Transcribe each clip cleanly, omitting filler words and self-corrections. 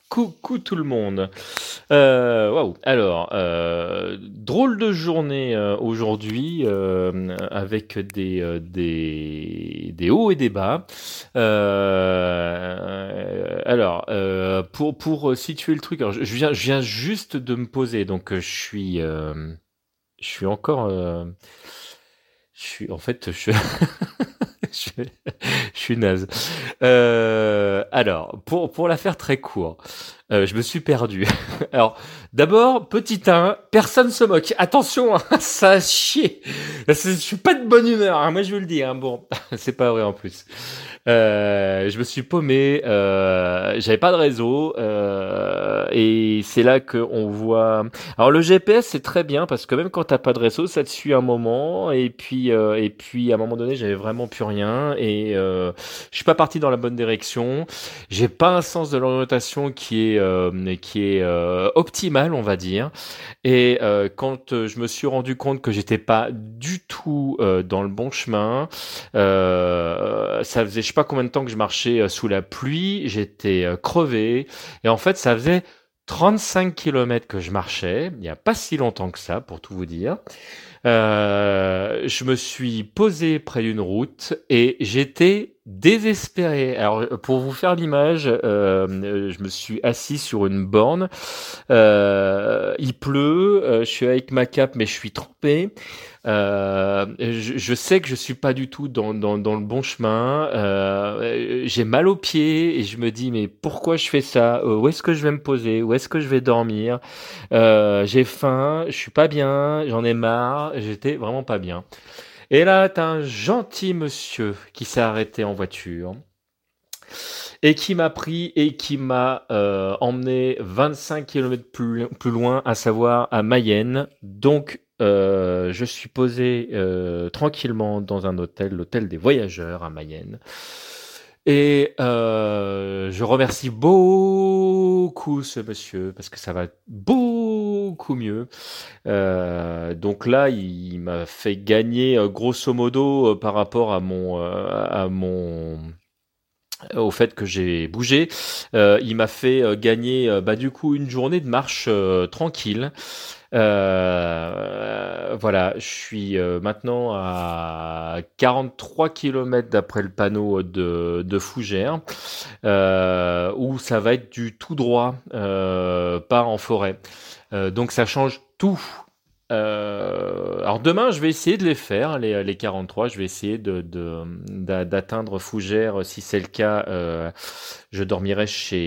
Coucou tout le monde. Waouh. Alors, drôle de journée aujourd'hui avec des hauts et des bas. Pour situer le truc, alors je viens juste de me poser, donc je suis encore, je suis en fait je je, je suis naze. Alors, pour la faire très court, je me suis perdu. Alors, d'abord, petit 1, personne se moque. Attention, hein, ça a chier. Je suis pas de bonne humeur, hein, moi je veux le dire. Hein. Bon, c'est pas vrai en plus. Je me suis paumé, j'avais pas de réseau, et c'est là qu'on voit. Alors le GPS c'est très bien parce que même quand t'as pas de réseau, ça te suit un moment, et puis à un moment donné, j'avais vraiment plus rien, et je suis pas parti dans la bonne direction. J'ai pas un sens de l'orientation qui est optimal, on va dire. Et quand je me suis rendu compte que j'étais pas du tout dans le bon chemin, ça faisait je sais pas combien de temps que je marchais sous la pluie, j'étais crevé, et en fait ça faisait 35 kilomètres que je marchais, il y a pas si longtemps que ça, pour tout vous dire. Je me suis posé près d'une route et j'étais désespéré. Alors, pour vous faire l'image, je me suis assis sur une borne. Il pleut, je suis avec ma cape, mais je suis trempé. Je sais que je suis pas du tout dans le bon chemin. J'ai mal aux pieds et je me dis mais pourquoi je fais ça? Où est-ce que je vais me poser? Où est-ce que je vais dormir? J'ai faim, je suis pas bien, j'en ai marre, j'étais vraiment pas bien. Et là, t'as un gentil monsieur qui s'est arrêté en voiture et qui m'a pris et qui m'a emmené 25 kilomètres plus loin, à savoir à Mayenne. Donc, je suis posé tranquillement dans un hôtel, l'hôtel des voyageurs à Mayenne. Et je remercie beaucoup ce monsieur parce que ça va beaucoup mieux. Donc là, il m'a fait gagner grosso modo par rapport à mon au fait que j'ai bougé. Il m'a fait gagner bah du coup une journée de marche tranquille. Voilà, je suis maintenant à 43 kilomètres d'après le panneau de Fougères, où ça va être du tout droit, pas en forêt. Donc ça change tout. Alors demain, je vais essayer de les faire, les 43. Je vais essayer d'atteindre Fougères. Si c'est le cas, je dormirai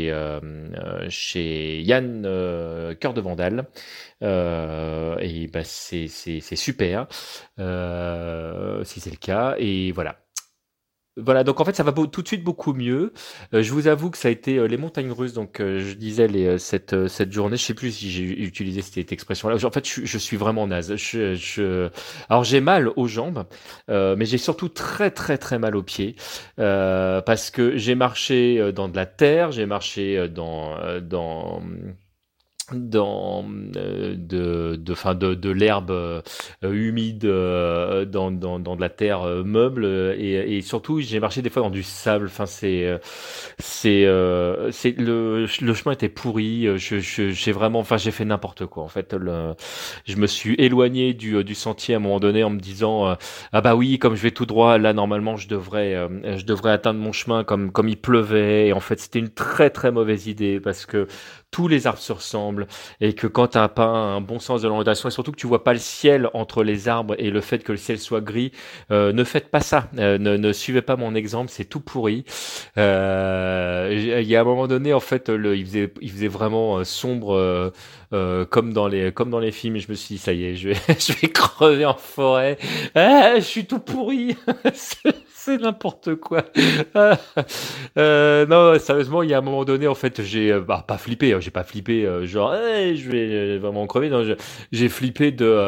chez Yann Cœur de Vandale. Et bah, c'est super, si c'est le cas. Et voilà. Voilà, donc en fait ça va tout de suite beaucoup mieux. Je vous avoue que ça a été les montagnes russes, donc je disais cette journée, je sais plus si j'ai utilisé cette expression-là. En fait, je suis vraiment naze. Alors j'ai mal aux jambes, mais j'ai surtout très très très mal aux pieds, parce que j'ai marché dans de la terre, j'ai marché dans de l'herbe humide, dans de la terre meuble, et surtout j'ai marché des fois dans du sable. Enfin c'est le chemin était pourri. J'ai vraiment, enfin j'ai fait n'importe quoi en fait. Je me suis éloigné du sentier à un moment donné en me disant ah bah oui, comme je vais tout droit là, normalement je devrais atteindre mon chemin, comme il pleuvait, et en fait c'était une très très mauvaise idée parce que tous les arbres se ressemblent, et que quand t'as pas un bon sens de l'orientation, et surtout que tu vois pas le ciel entre les arbres, et le fait que le ciel soit gris, ne faites pas ça. Ne suivez pas mon exemple, c'est tout pourri. Il y a un moment donné, en fait, il faisait vraiment sombre, comme dans les films, et je me suis dit, ça y est, je vais, je vais crever en forêt. Ah, je suis tout pourri. C'est n'importe quoi. Non, sérieusement, il y a un moment donné, en fait, pas flippé, hein, j'ai pas flippé, genre, hey, je vais vraiment crever. Non, j'ai flippé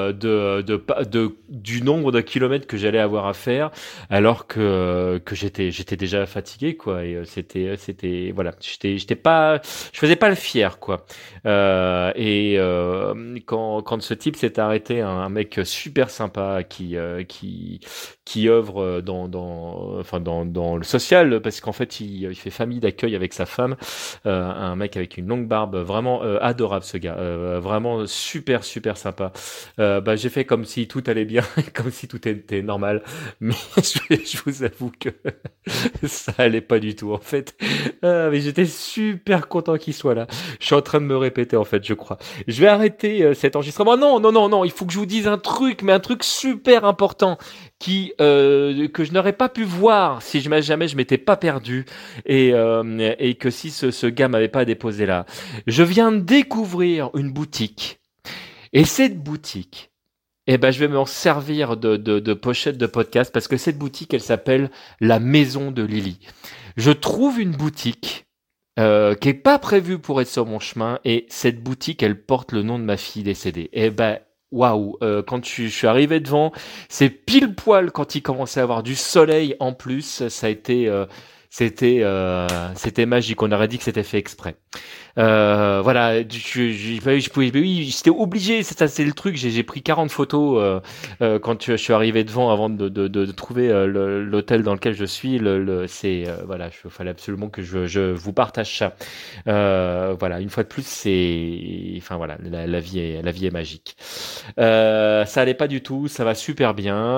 du nombre de kilomètres que j'allais avoir à faire, alors que j'étais déjà fatigué, quoi. Et voilà, j'étais pas, je faisais pas le fier, quoi. Et quand ce type s'est arrêté, un mec super sympa qui œuvre dans le social, parce qu'en fait, il fait famille d'accueil avec sa femme, un mec avec une longue barbe, vraiment adorable ce gars, vraiment super super sympa. J'ai fait comme si tout allait bien, comme si tout était normal, mais je vous avoue que ça allait pas du tout en fait. Mais j'étais super content qu'il soit là. Je suis en train de me répéter en fait, je crois. Je vais arrêter cet enregistrement. Non, non, non, non, il faut que je vous dise un truc, mais un truc super important que je n'aurais pas pu voir si jamais je m'étais pas perdu et que si ce gars m'avait pas déposé là. Je viens de découvrir une boutique et cette boutique, je vais m'en servir de pochette de podcast parce que cette boutique, elle s'appelle La Maison de Lily. Je trouve une boutique qui est pas prévue pour être sur mon chemin et cette boutique, elle porte le nom de ma fille décédée. Waouh, quand je suis arrivé devant, c'est pile poil quand il commençait à avoir du soleil en plus, ça a été c'était magique, on aurait dit que c'était fait exprès. Voilà, je pouvais, oui, j'étais obligé, c'est le truc, j'ai pris 40 photos quand je suis arrivé devant avant de trouver l'hôtel dans lequel je suis. Voilà, il fallait absolument que je vous partage ça. Voilà, une fois de plus, enfin voilà, la vie est magique. Ça allait pas du tout, ça va super bien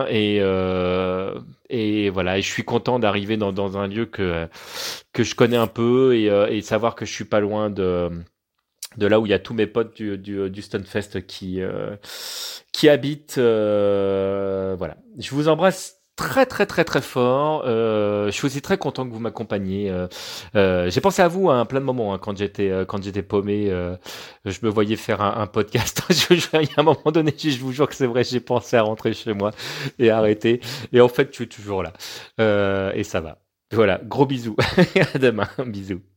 et voilà, et je suis content d'arriver dans un lieu que je connais un peu et savoir que je suis pas loin de là où il y a tous mes potes du Stunfest qui habitent. Voilà, je vous embrasse très très très très fort. Je suis aussi très content que vous m'accompagniez. J'ai pensé à vous à plein de moments quand j'étais paumé. Je me voyais faire un podcast. Il y a un moment donné, je vous jure que c'est vrai, j'ai pensé à rentrer chez moi et arrêter. Et en fait, je suis toujours là et ça va. Voilà, gros bisous. À demain, bisous.